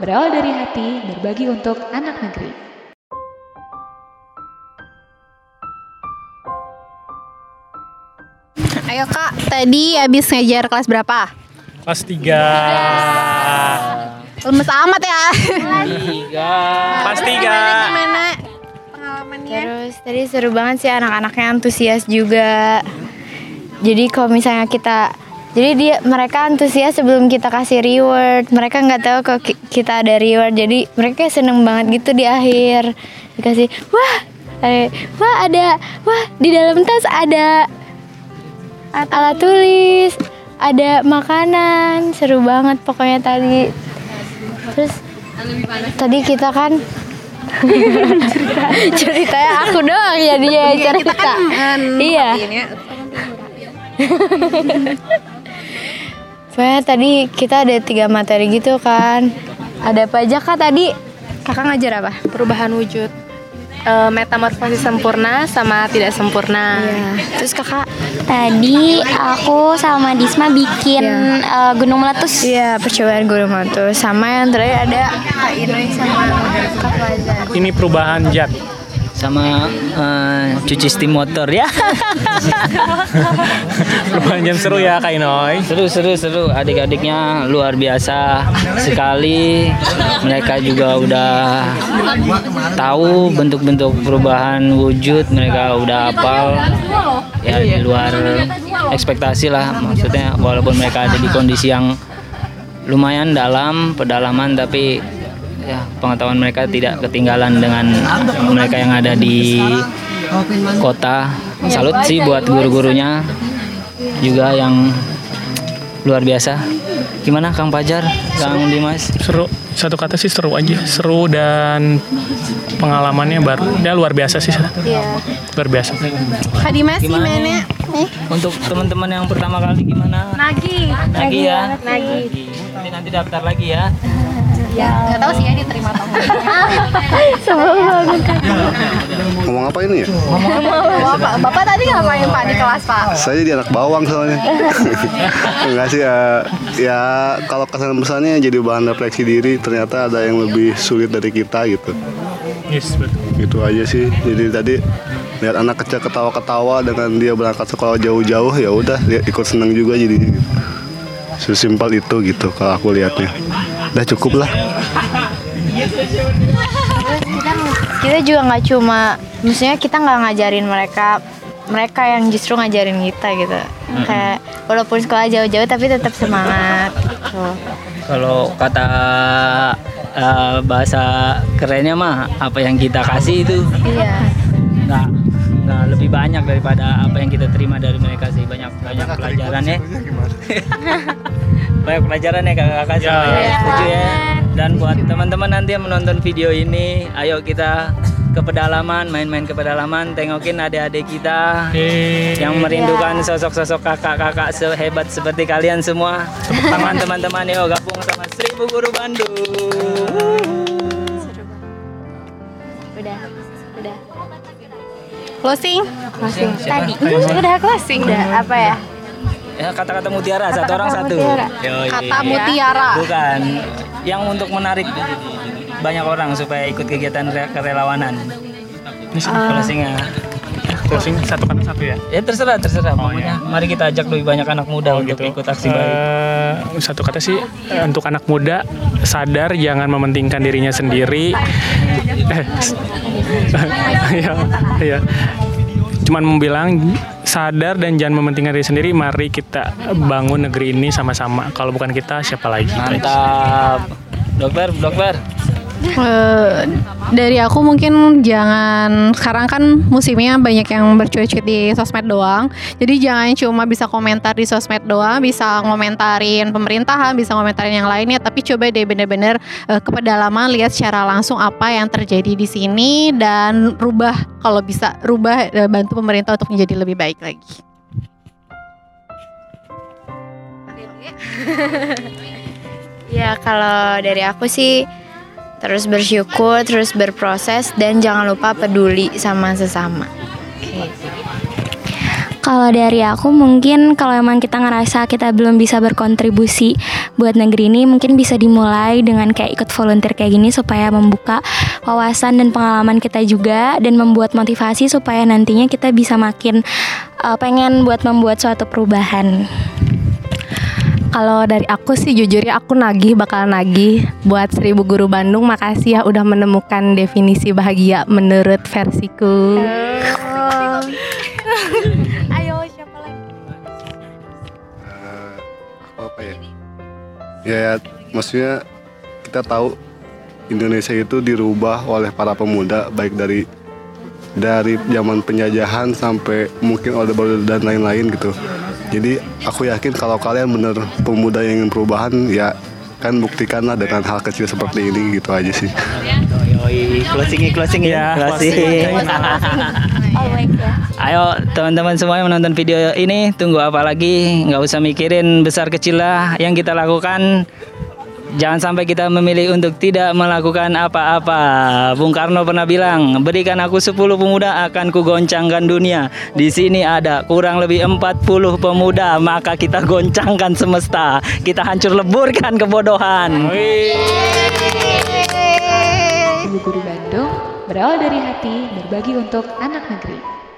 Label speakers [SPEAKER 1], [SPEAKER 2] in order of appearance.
[SPEAKER 1] berawal dari hati, berbagi untuk anak negeri.
[SPEAKER 2] Ayo Kak, tadi habis ngejar kelas berapa?
[SPEAKER 3] Kelas 3.
[SPEAKER 2] Lemes amat ya.
[SPEAKER 3] Kelas 3.
[SPEAKER 2] Gimana pengalamannya?
[SPEAKER 4] Terus tadi seru banget sih, anak-anaknya antusias juga. Jadi kalau misalnya mereka antusias sebelum kita kasih reward. Mereka nggak tahu kalau kita ada reward. Jadi mereka seneng banget gitu di akhir dikasih di dalam tas ada alat tulis, ada makanan. Seru banget pokoknya tadi. Terus tadi kita kan ceritanya aku doang ya dia cerita. Iya. Soalnya tadi kita ada 3 materi gitu kan. Ada apa aja Kak tadi?
[SPEAKER 2] Kakak ngajar apa? Perubahan wujud, metamorfosis sempurna sama tidak sempurna.
[SPEAKER 4] Iya. Terus Kakak?
[SPEAKER 5] Tadi aku sama Disma bikin gunung meletus.
[SPEAKER 4] Iya, percobaan gunung meletus. Sama yang terakhir ada Kak Inoy sama Kak Fauzan.
[SPEAKER 3] Ini perubahan zat.
[SPEAKER 6] Sama cuci steam motor ya.
[SPEAKER 3] Perubahan jam seru ya Kak Inoy.
[SPEAKER 6] Seru. Adik-adiknya luar biasa sekali. Mereka juga udah tahu bentuk-bentuk perubahan wujud. Mereka udah hafal. Ya di luar ekspektasi lah. Maksudnya walaupun mereka ada di kondisi yang lumayan dalam pedalaman, tapi ya pengetahuan mereka tidak ketinggalan dengan mereka yang ada di kota. Salut sih buat guru-gurunya juga yang luar biasa. Gimana Kang Fajar, Kang Dimas?
[SPEAKER 3] Seru. Satu kata sih seru aja. Seru dan pengalamannya baru. Dia luar biasa sih.
[SPEAKER 4] Iya.
[SPEAKER 3] Luar biasa.
[SPEAKER 2] Kak Dimas gimana?
[SPEAKER 6] Untuk teman-teman yang pertama kali gimana?
[SPEAKER 2] Nagi
[SPEAKER 6] ya.
[SPEAKER 2] Nagi.
[SPEAKER 6] Nanti daftar lagi ya.
[SPEAKER 2] Ya, nggak tahu sih ya diterima atau enggak.
[SPEAKER 7] Ngomong apa ini ya?
[SPEAKER 2] Bapak tadi ngapain Pak di kelas Pak?
[SPEAKER 7] Saya jadi anak bawang soalnya. Enggak sih ya kalau kesan-pesannya jadi bahan refleksi diri, ternyata ada yang lebih sulit dari kita gitu.
[SPEAKER 3] Yes, betul.
[SPEAKER 7] Gitu aja sih. Jadi tadi lihat anak kecil ketawa-ketawa dengan dia berangkat sekolah jauh-jauh, ya udah dia ikut senang juga jadi. Sesimpel itu gitu kalau aku lihatnya. Udah cukup lah.
[SPEAKER 4] Kita juga nggak cuma, maksudnya kita nggak ngajarin mereka yang justru ngajarin kita gitu. Kayak walaupun sekolah jauh-jauh tapi tetap semangat gitu.
[SPEAKER 6] Kalau kata bahasa kerennya mah apa yang kita kasih itu
[SPEAKER 4] Iya.
[SPEAKER 6] nggak lebih banyak daripada apa yang kita terima dari mereka sih. Banyak pelajaran ya. Banyak pelajaran ya kakak-kakak setuju ya. Dan buat teman-teman nanti yang menonton video ini, ayo kita ke pedalaman, main-main ke pedalaman, tengokin adik-adik kita yang merindukan sosok-sosok kakak-kakak sehebat seperti kalian semua. Tepuk tangan teman-teman, yuk gabung sama 1000 Guru Bandung.
[SPEAKER 4] Udah.
[SPEAKER 2] Closing?
[SPEAKER 4] Tadi.
[SPEAKER 2] Udah closing.
[SPEAKER 4] Udah apa ya?
[SPEAKER 6] Ya, kata-kata mutiara, satu orang satu.
[SPEAKER 4] mutiara.
[SPEAKER 6] Yoi.
[SPEAKER 2] Kata mutiara.
[SPEAKER 6] Bukan, yang untuk menarik banyak orang supaya ikut kegiatan kerelawanan. Closingnya.
[SPEAKER 3] Closing satu kata satu ya.
[SPEAKER 6] Ya terserah. Pokoknya mari kita ajak lebih banyak anak muda untuk ikut aksi baik.
[SPEAKER 3] Satu kata sih untuk anak muda, sadar jangan mementingkan dirinya sendiri. Ya. Cuman mau bilang sadar dan jangan mementingkan diri sendiri. Mari kita bangun negeri ini sama-sama. Kalau bukan kita siapa lagi?
[SPEAKER 6] Mantap. Dokter.
[SPEAKER 2] Dari aku mungkin jangan, sekarang kan musimnya banyak yang bercuit-cuit di sosmed doang. Jadi jangan cuma bisa komentar di sosmed doang, bisa ngomentarin pemerintahan, bisa ngomentarin yang lainnya, tapi coba deh bener-bener ke pedalaman, lihat secara langsung apa yang terjadi di sini dan rubah, kalau bisa rubah, bantu pemerintah untuk menjadi lebih baik lagi.
[SPEAKER 4] Ya kalau dari aku sih terus bersyukur, terus berproses, dan jangan lupa peduli sama sesama. Oke.
[SPEAKER 5] Kalau dari aku mungkin kalau emang kita ngerasa kita belum bisa berkontribusi buat negeri ini, mungkin bisa dimulai dengan kayak ikut volunteer kayak gini supaya membuka wawasan dan pengalaman kita juga, dan membuat motivasi supaya nantinya kita bisa makin pengen buat membuat suatu perubahan.
[SPEAKER 8] Kalau dari aku sih jujur ya aku bakal nagih buat 1000 Guru Bandung. Makasih ya udah menemukan definisi bahagia menurut versiku.
[SPEAKER 5] Ayo siapa lagi?
[SPEAKER 7] Apa ya? Ya, maksudnya kita tahu Indonesia itu dirubah oleh para pemuda, baik dari zaman penjajahan sampai mungkin Orde Baru dan lain-lain gitu. Jadi aku yakin kalau kalian bener pemuda yang ingin perubahan, ya kan buktikanlah dengan hal kecil seperti ini, gitu aja sih.
[SPEAKER 6] Closing ya. Ayo teman-teman semua yang menonton video ini, tunggu apa lagi? Nggak usah mikirin besar kecil lah. Yang kita lakukan, jangan sampai kita memilih untuk tidak melakukan apa-apa. Bung Karno pernah bilang, berikan aku 10 pemuda akan kugoncangkan dunia. Di sini ada kurang lebih 40 pemuda, maka kita goncangkan semesta. Kita hancur leburkan kebodohan.
[SPEAKER 1] Ibu Guru Bandung berawal dari hati berbagi untuk anak negeri.